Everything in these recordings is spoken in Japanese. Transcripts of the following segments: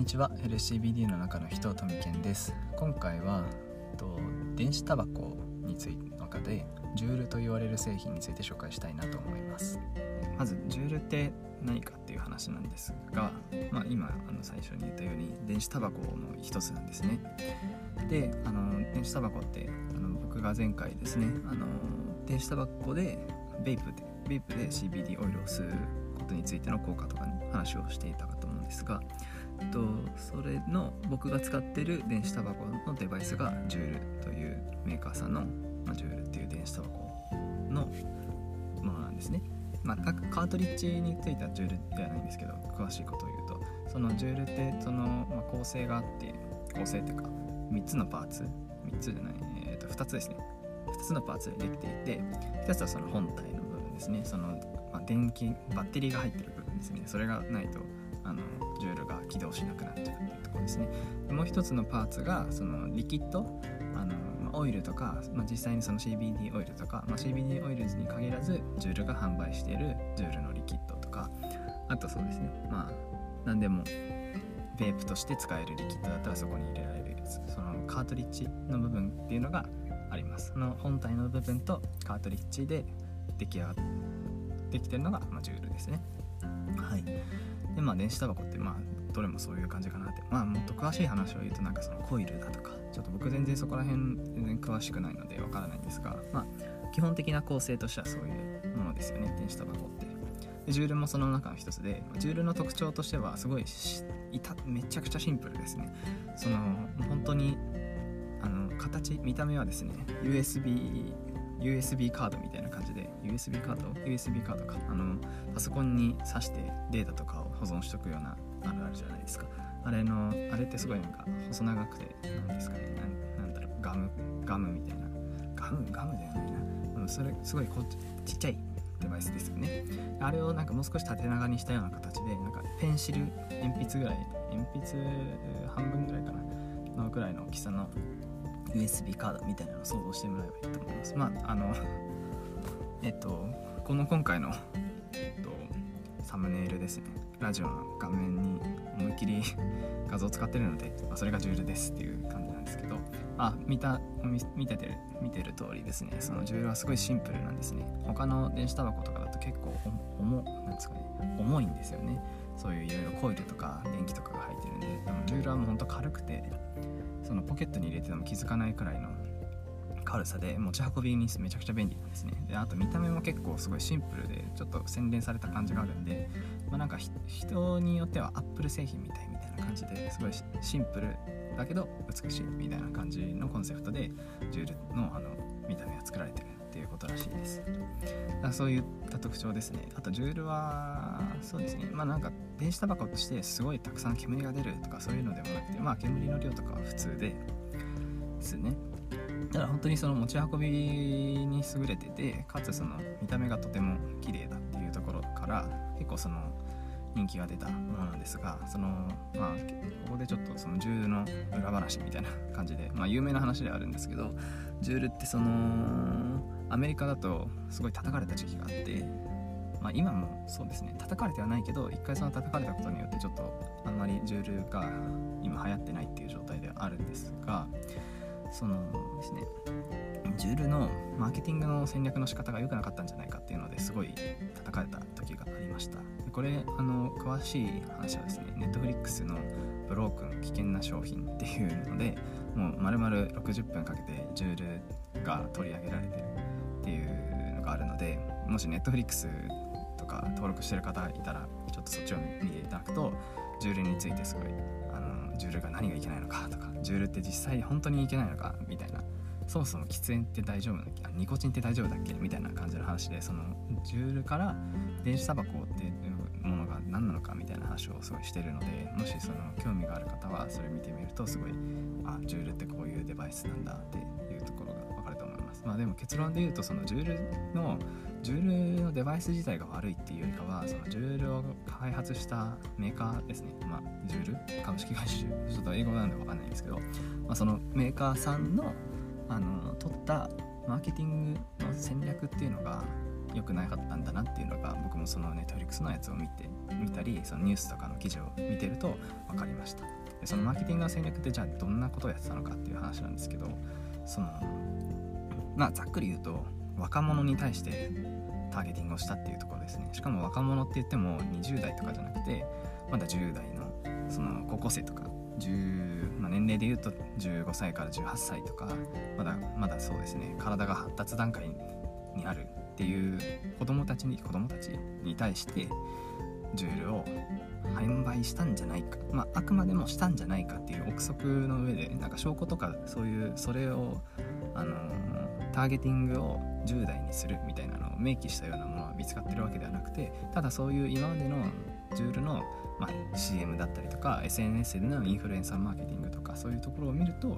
にちは。 LCBD の中の人、富健です。今回は電子タバコについての中でジュールと言われる製品について紹介したいなと思います。まずジュールって何かっていう話なんですが、今最初に言ったように電子タバコの一つなんですね。で電子タバコって僕が前回ですね電子タバコでベイプで CBD オイルを吸うことについての効果とかの話をしていたかと思うんですが、それの僕が使っている電子タバコのデバイスがジュールというメーカーさんの、ジュールっていう電子タバコのものなんですね。カートリッジについてはジュールではないんですけど、詳しいことを言うとそのジュールって構成があって、構成っていうか3つのパーツ2つですね。2つのパーツでできていて、1つはその本体の部分ですね。バッテリーが入ってる部分ですね。それがないとジュールが起動しなくなっちゃうっていうところですね。もう一つのパーツがそのリキッドオイルとか、実際にその CBD オイルとか、CBD オイルに限らずジュールが販売しているジュールのリキッドとか、あとそうですね、何でもベープとして使えるリキッドだったらそこに入れられるやつ、そのカートリッジの部分っていうのがあります。その本体の部分とカートリッジでできてるのが、ジュールですね。はい。で電子タバコってどれもそういう感じかなって、もっと詳しい話を言うとそのコイルだとか、ちょっと僕全然そこら辺全然詳しくないのでわからないんですが、基本的な構成としてはそういうものですよね、電子タバコって。でジュールもその中の一つで、ジュールの特徴としてはすごいめちゃくちゃシンプルですね。本当に見た目はですね USB カードみたいな感じで USB カードかパソコンに挿してデータとかを保存しとくようなあるじゃないですか。あれってすごい細長くてなんですかね、なんだろう、ガムみたいな、ガムではないな、それすごいちっちゃいデバイスですよね。あれをもう少し縦長にしたような形でペンシル鉛筆半分ぐらいかなのぐらいの大きさのUSB カードみたいなのを想像してもらえばいいと思います。今回の、サムネイルですね、ラジオの画面に思いっきり画像を使ってるので、それがジュールですっていう感じなんですけど、見てる通りですね、そのジュールはすごいシンプルなんですね。他の電子タバコとかだと結構重いんですよね。そういういろいろコイルとか電気とかが入ってるんで、ジュールはもうほんと軽くて、そのポケットに入れてても気づかないくらいの軽さで持ち運びにめちゃくちゃ便利なんですね。であと見た目も結構すごいシンプルでちょっと洗練された感じがあるんで、人によってはアップル製品みたいな感じですごいシンプルだけど美しいみたいな感じのコンセプトでジュールの見た目が作られてるっていうことらしいです。そういった特徴ですね。あとジュールはそうですね、電子タバコとしてすごいたくさん煙が出るとかそういうのでもなくて、煙の量とかは普通ですね。だから本当にその持ち運びに優れてて、かつその見た目がとても綺麗だっていうところから結構その人気が出たものなんですが、ここでちょっとそのジュールの裏話みたいな感じで、有名な話ではあるんですけど、ジュールってアメリカだとすごい叩かれた時期があって、今もそうですね、叩かれてはないけど一回その叩かれたことによってちょっとあんまりジュールが今流行ってないっていう状態ではあるんですが、そのですね、ジュールのマーケティングの戦略の仕方が良くなかったんじゃないかっていうのですごい叩かれた時がありました。これ詳しい話はですね、Netflix のブロークン危険な商品っていうので、もう丸々60分かけてジュールが取り上げられてるっていうのがあるので、もし Netflix とか登録してる方いたらちょっとそっちを見ていただくと、ジュールについてすごいジュールが何がいけないのかとか、ジュールって実際本当にいけないのかみたいな、そもそも喫煙って大丈夫だっけ、ニコチンって大丈夫だっけみたいな感じの話で、そのジュールから電子タバコっていうものが何なのかみたいな話をすごいしてるので、もしその興味がある方はそれ見てみるとすごいジュールってこういうデバイスなんだっていうところが分かると思います。でも結論で言うと、そのジュールのデバイス自体が悪いっていうよりかは、そのジュールを開発したメーカーですね、ジュール株式会社、ちょっと英語なんで分かんないんですけど、そのメーカーさんの取ったマーケティングの戦略っていうのが良くなかったんだなっていうのが、僕もそのNetflixのやつを見て見たりそのニュースとかの記事を見てると分かりました。でそのマーケティングの戦略ってじゃあどんなことをやってたのかっていう話なんですけど、そのざっくり言うと若者に対してターゲティングをしたっていうところですね。しかも若者って言っても20代とかじゃなくてまだ10代のその高校生とか年齢で言うと15歳から18歳とかまだそうですね、体が発達段階にあるっていう子供たちに対してジュールを販売したんじゃないか、あくまでもしたんじゃないかっていう憶測の上でなんか証拠とかそれをターゲティングを10代にするみたいなのを明記したようなものは見つかってるわけではなくて、ただそういう今までのジュールの、CM だったりとか SNS でのインフルエンサーマーケティングとかそういうところを見ると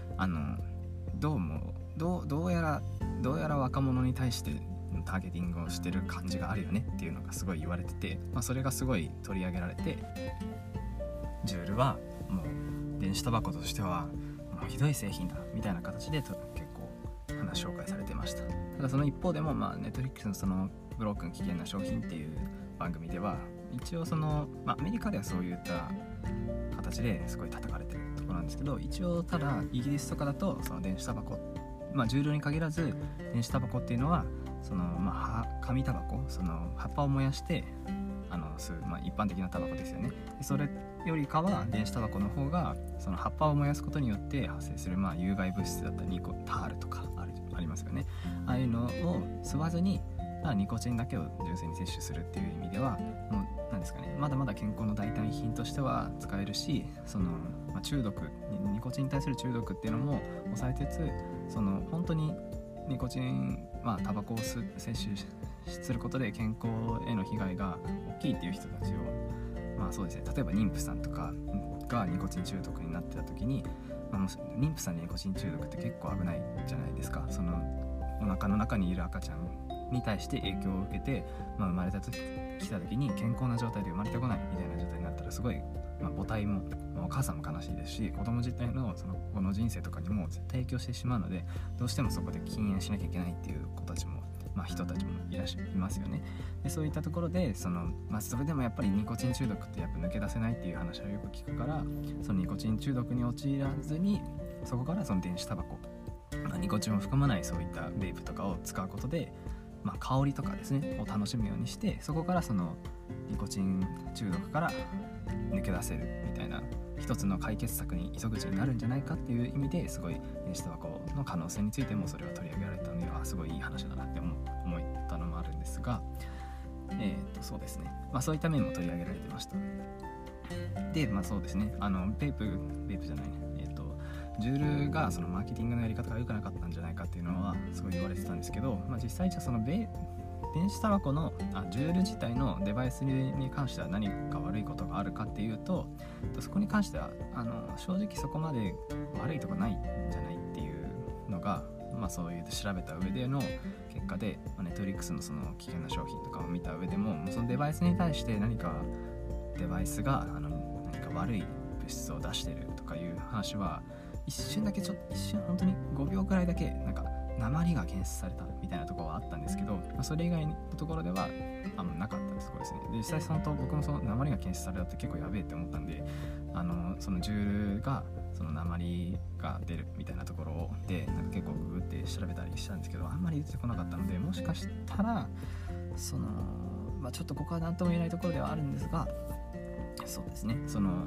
どうやら若者に対してターゲティングをしてる感じがあるよねっていうのがすごい言われてて、それがすごい取り上げられて、ジュールはもう電子タバコとしてはもうひどい製品だみたいな形で結構話紹介されてました。ただその一方でもNetflix のそのブロークン危険な商品っていう番組では一応その、アメリカではそういった形ですごい叩かれてるところなんですけど、一応ただイギリスとかだとその電子タバコ、ジュールに限らず電子タバコっていうのはその紙タバコ、その葉っぱを燃やして吸う、一般的なタバコですよね。でそれよりかは電子タバコの方がその葉っぱを燃やすことによって発生する有害物質だったりタールとかありますよね。ああいうのを吸わずにニコチンだけを純粋に摂取するっていう意味ではもうなんですかね、まだまだ健康の代替品としては使えるし、その、中毒ニコチンに対する中毒っていうのも抑えつつ、その本当にニコチンタバコを摂取することで健康への被害が大きいっていう人たちをそうですね、例えば妊婦さんとかがニコチン中毒になってた時に、妊婦さんでニコチン中毒って結構危ないじゃないですか。そのお腹の中にいる赤ちゃんに対して影響を受けて、生まれた時来た時に健康な状態で生まれてこないみたいな状態になったらすごい、母体もお母さんも悲しいですし、子供自体のその子の人生とかにも絶対影響してしまうので、どうしてもそこで禁煙しなきゃいけないっていう子たちも人たちもいますよね。でそういったところでそれでもやっぱりニコチン中毒ってやっぱ抜け出せないっていう話をよく聞くから、そのニコチン中毒に陥らずにそこからその電子タバコ、ニコチンを含まないそういったベープとかを使うことで、香りとかですねを楽しむようにして、そこからそのニコチン中毒から抜け出せるみたいな一つの解決策に糸口になるんじゃないかっていう意味ですごい電子タバコの可能性についてもそれは取り上げられたのですごいいい話だなって思ったのもあるんですが、そうですね、そういった面も取り上げられてました。でそうですね、ベープじゃないね、ジュールがそのマーケティングのやり方が良くなかったんじゃないかっていうのはすごい言われてたんですけど、実際じゃあその電子タバコのジュール自体のデバイスに関しては何か悪いことがあるかっていうと、そこに関しては正直そこまで悪いとこないんじゃないっていうのが、そういう調べた上での結果で、Netflix のその危険な商品とかを見た上でも、そのデバイスに対して何かデバイスが何か悪い物質を出してるとかいう話は一瞬本当に5秒くらいだけなんか鉛が検出されたみたいなところはあったんですけど、それ以外のところではなかったですね。で実際僕もその鉛が検出されたって結構やべえって思ったんで、そのジュールがその鉛が出るみたいなところでなんか結構ググって調べたりしたんですけど、あんまり出てこなかったので、もしかしたらそのちょっとここは何とも言えないところではあるんですが、そうですね、その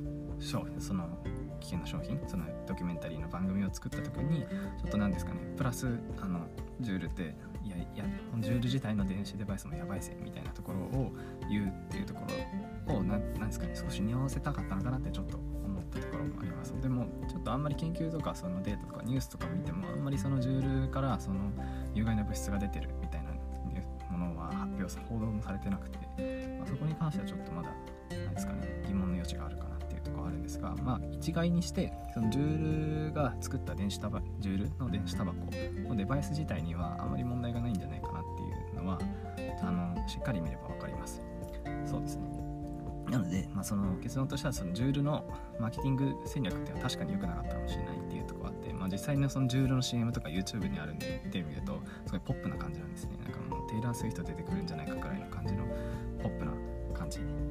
危険な商品、そのドキュメンタリーの番組を作った時にちょっとなんですかね、プラスジュールっていやジュール自体の電子デバイスもやばいぜみたいなところを言うっていうところをなんですかね、少し匂わせたかったのかなってちょっと思ったところもあります。でもちょっとあんまり研究とかそのデータとかニュースとか見てもあんまりそのジュールからその有害な物質が出てるみたいなものは報道もされてなくて、そこに関してはちょっとまだなんですかね、疑問の余地があるかなっていうところはあるんですが、一概にしてそのジュールが作ったジュールの電子タバコのデバイス自体にはあまり問題がないんじゃないかなっていうのはしっかり見れば分かります。そうですね。なので、その結論としてはそのジュールのマーケティング戦略っていうのは確かに良くなかったかもしれないっていうところがあって、実際のそのジュールの CM とか YouTube にあるんで見てみるとすごいポップな感じなんですね。なんかもうテイラー・スウィフト出てくるんじゃないかくらいの感じのポップな感じ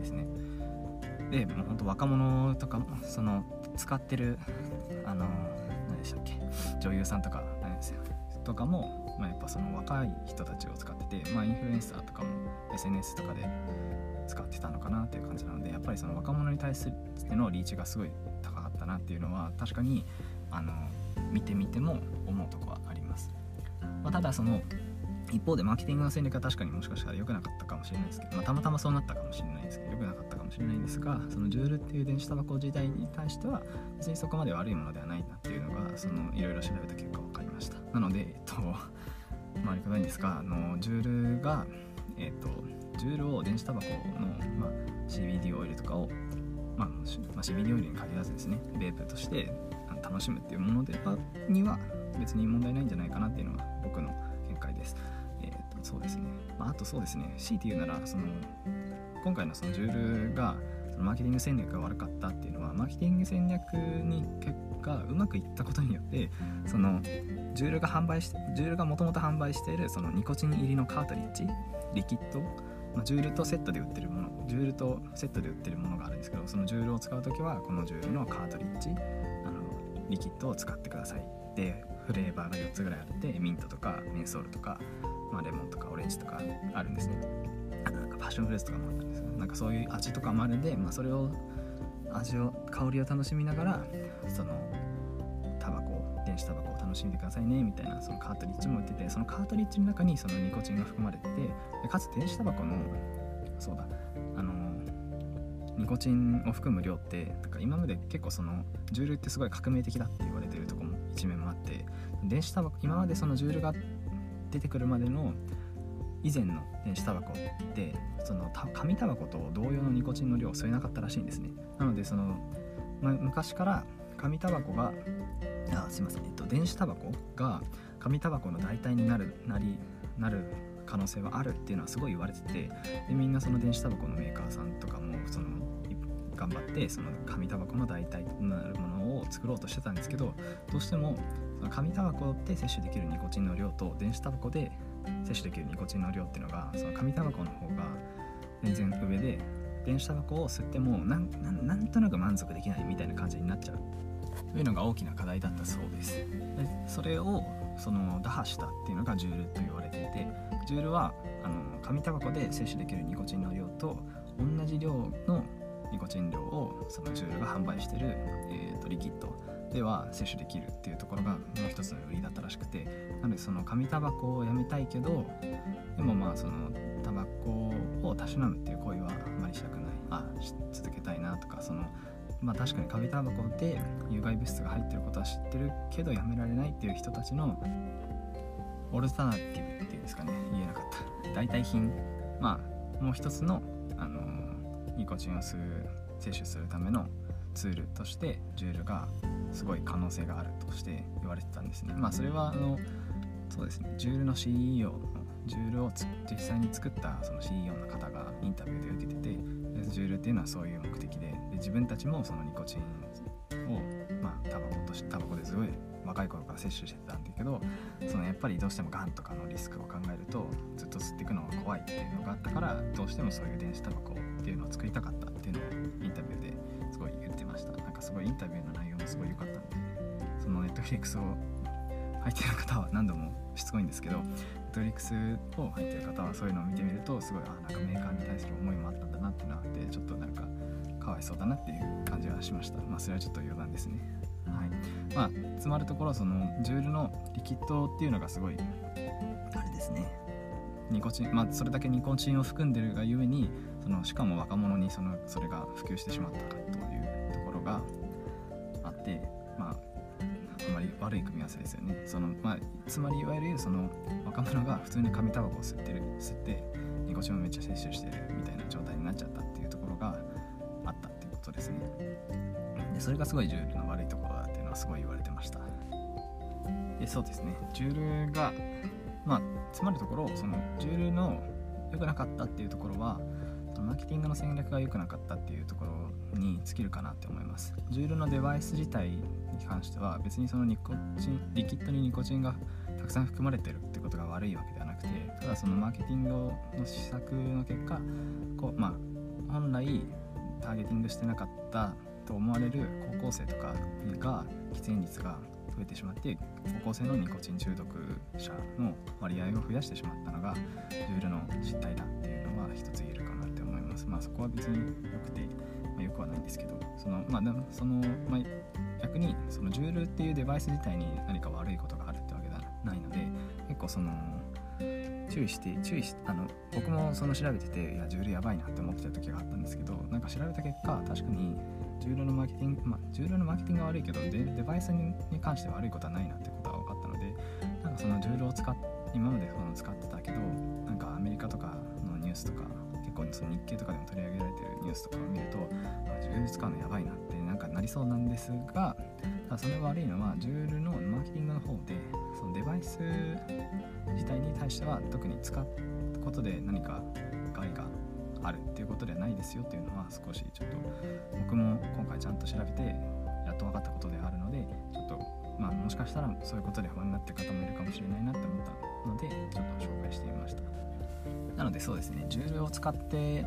でもう本当若者とかもその使ってる何でしたっけ、女優さんとかとかも、やっぱその若い人たちを使ってて、インフルエンサーとかも SNS とかで使ってたのかなっていう感じなので、やっぱりその若者に対してのリーチがすごい高かったなっていうのは確かに見てみても思うとこはあります。ただその一方でマーケティングの戦略は確かにもしかしたら良くなかったかもしれないですけど、たまたまそうなったかもしれないですけど、良くなかったかもしれないんですが、そのジュールっていう電子タバコ自体に対しては別にそこまで悪いものではないなっていうのがいろいろ調べた結果分かりました。なのであれくないんですが、ジュールがジュールを電子タバコの、CBD オイルとかを、CBD オイルに限らずですね、ベープとして楽しむっていうものには別に問題ないんじゃないかなっていうのが僕の見解です。そうですね。あとそうですね、強いて言うなら今回のそのジュールがそのマーケティング戦略が悪かったっていうのは、マーケティング戦略に結果うまくいったことによって、そのジュールがもともと販売しているそのニコチン入りのカートリッジ、リキッド、ジュールとセットで売ってるものがあるんですけど、そのジュールを使うときはこのジュールのカートリッジリキッドを使ってください。でフレーバーが4つぐらいあって、ミントとかメンソールとか、レモンとかオレンジとかあるんですね。なんかパッションフルーツとかもあったんですよ。なんかそういう味とかもあるんで、それを香りを楽しみながらその電子タバコを楽しんでくださいねみたいな、そのカートリッジも売ってて、そのカートリッジの中にそのニコチンが含まれてて、でかつ電子タバコのニコチンを含む量ってなんか今まで結構そのジュールってすごい革命的だって言われてるところも一面もあって、電子タバコ今までそのジュールが出てくるまでの以前の電子タバコってその紙タバコと同様のニコチンの量を吸えなかったらしいんですね。なので昔から紙タバコが電子タバコが紙タバコの代替になる可能性はあるっていうのはすごい言われてて、でみんなその電子タバコのメーカーさんとかも頑張ってその紙タバコの代替となるものを作ろうとしてたんですけど、どうしてもその紙タバコで摂取できるニコチンの量と電子タバコで摂取できるニコチンの量っていうのが、その紙タバコの方が全然上で、電子タバコを吸ってもなんとなく満足できないみたいな感じになっちゃうというのが大きな課題だったそうです。でそれを打破したっていうのがジュールと言われていて、ジュールは紙タバコで摂取できるニコチンの量と同じ量のニコチン量をそのジュールが販売している、リキッドでは摂取できるっていうところがもう一つの売りだったらしくて、なのでその紙タバコをやめたいけど、でもそのタバコをたしなむっていう行為はあまりしたくない、続けたいなとか、確かに紙タバコで有害物質が入ってることは知ってるけどやめられないっていう人たちのオルタナティブっていうんですかね、言えなかった代替品、もう一つの、ニコチンを摂取するためのツールとしてジュールがすごい可能性があるとして言われてたんですね。それはそうですね、ジュールの CEO のジュールを実際に作ったその CEO の方がインタビューで受けてて、ジュールっていうのはそういう目的で、自分たちもそのニコチンを、タバコですごい若い頃から摂取してたんだけど、やっぱりどうしてもガンとかのリスクを考えるとずっと吸っていくのが怖いっていうのがあったから、どうしてもそういう電子タバコっていうのを作りたかったっていうのをインタビューですごい言ってました。なんかすごいインタビューの内容もすごい良かったんで、そのNetflixを入っている方は何度もしつこいんですけど、Netflixを入っている方はそういうのを見てみるとすごいなんかメーカーに対する思いもあったんだなっていうのがあって、ちょっとなんかかわいそうだなっていう感じはしました。それはちょっと余談ですね。はい。つまるところジュールのリキッドっていうのがすごいあれですね、ニコチン、それだけニコチンを含んでるがゆえにしかも若者にそれが普及してしまったかというところがあって、あまり悪い組み合わせですよね。つまりいわゆる若者が普通に紙タバコを吸ってニコチンをめっちゃ摂取してるみたいな状態になっちゃったっていうところがあったっていうことですね。でそれがすごいジュールの悪いところだっていうのはすごい言われてました。でそうですね、ジュールがつまるところジュールの良くなかったっていうところはマーケティングの戦略が良くなかったっていうところに尽きるかなって思います。ジュールのデバイス自体に関しては別にリキッドにニコチンがたくさん含まれてるってことが悪いわけではなくて、ただマーケティングの施策の結果本来ターゲティングしてなかったと思われる高校生とかが喫煙率が増えてしまって、高校生のニコチン中毒者の割合を増やしてしまったのがジュールの実態だっていうのは一つ言えるかなって思います。そこは別に良くて、良くはないんですけど、逆にそのジュールっていうデバイス自体に何か悪いことがあるってわけではないので、結構注意して僕も調べてて、いやジュールやばいなって思ってた時があったんですけど、なんか調べた結果、確かにジュールのマーケティングが悪いけどデバイスに関して悪いことはないなってことは分かったので、なんかそのジュールを今まで使ってたけど、なんかアメリカとかのニュースとか結構その日経とかでも取り上げられてるニュースとかを見ると、ジュール使うのやばいなってなんかなりそうなんですが、それが悪いのはジュールのマーケティングの方で、そのデバイス自体に対しては特に使うことで何か害があるっていうことではないですよっていうのは、少しちょっと僕も今回ちゃんと調べてやっと分かったことであるので、ちょっともしかしたらそういうことで不安になってる方もいるかもしれないなって思ったので、ちょっと紹介してみました。なのでそうですね、ジュールを使って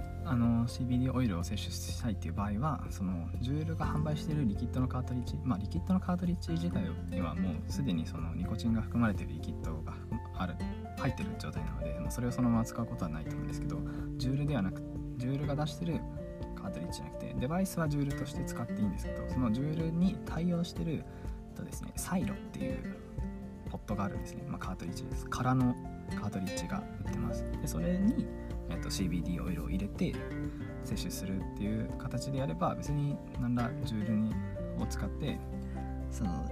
CBD オイルを摂取したいっていう場合は、そのジュールが販売しているリキッドのカートリッジ、リキッドのカートリッジ自体にはもうすでにそのニコチンが含まれているリキッドが入ってる状態なので、それをそのまま使うことはないと思うんですけど、ジュールが出してるカートリッジじゃなくて、デバイスはジュールとして使っていいんですけど、そのジュールに対応してるですね、サイロっていうポットがあるんですね。カートリッジです。空のカートリッジが売ってます。でそれに、CBD オイルを入れて摂取するっていう形でやれば、別に何らジュールを使ってその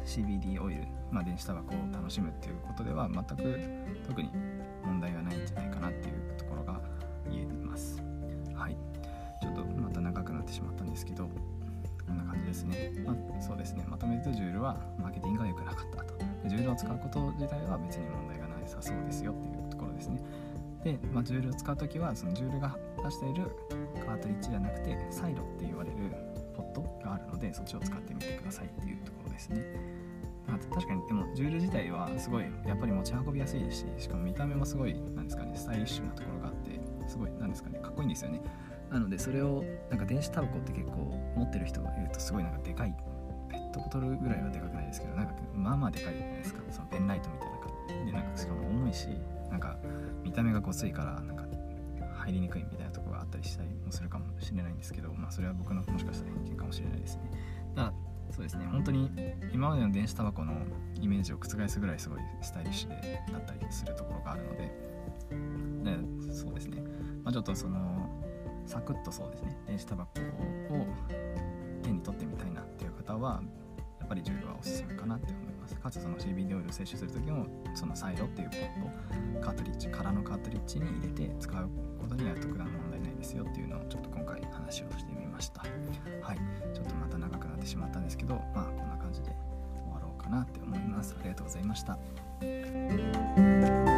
CBD オイル、電子タバコを楽しむっていうことでは全く特に問題がないんじゃないかなっていうところが言えます。はい、ちょっとまた長くなってしまったんですけど、こんな感じですね。そうですね、まとめるとジュールはマーケティングが良くなかったと。でジュールを使うこと自体は別に問題がなさそうですよっていうところですね。で、ジュールを使うときは、そのジュールが出しているカートリッジじゃなくてサイロって言われるポットがあるので、そっちを使ってみてくださいっていうところですね。確かにでもジュール自体はすごいやっぱり持ち運びやすいですし、しかも見た目もすごいスタイリッシュなところがあって、すごいかっこいいんですよね。なのでそれを電子タバコって結構持ってる人がいると、すごいでかいペットボトルぐらいはでかくないですけど、でかいじゃないですか。そのペンライトみたいな感じで、しかも重いし、見た目がごついから入りにくいみたいなところがあったりしたりもするかもしれないんですけど、それは僕のもしかしたら偏見かもしれないですね。そうですね、本当に今までの電子タバコのイメージを覆すぐらいすごいスタイリッシュでだったりするところがあるので、そうですね、ちょっとサクッとそうですね、電子タバコを手に取ってみたいなっていう方はやっぱりジュールはおすすめかなって思います。かつCBD オイルを摂取するときも、そのサイロっていうポット、カートリッジ、空のカートリッジに入れて使うことには特段問題ないですよっていうのをちょっと今回話をしてみました。はい、ちょっとまた長くなってしまったんですけど、こんな感じで終わろうかなって思います。ありがとうございました。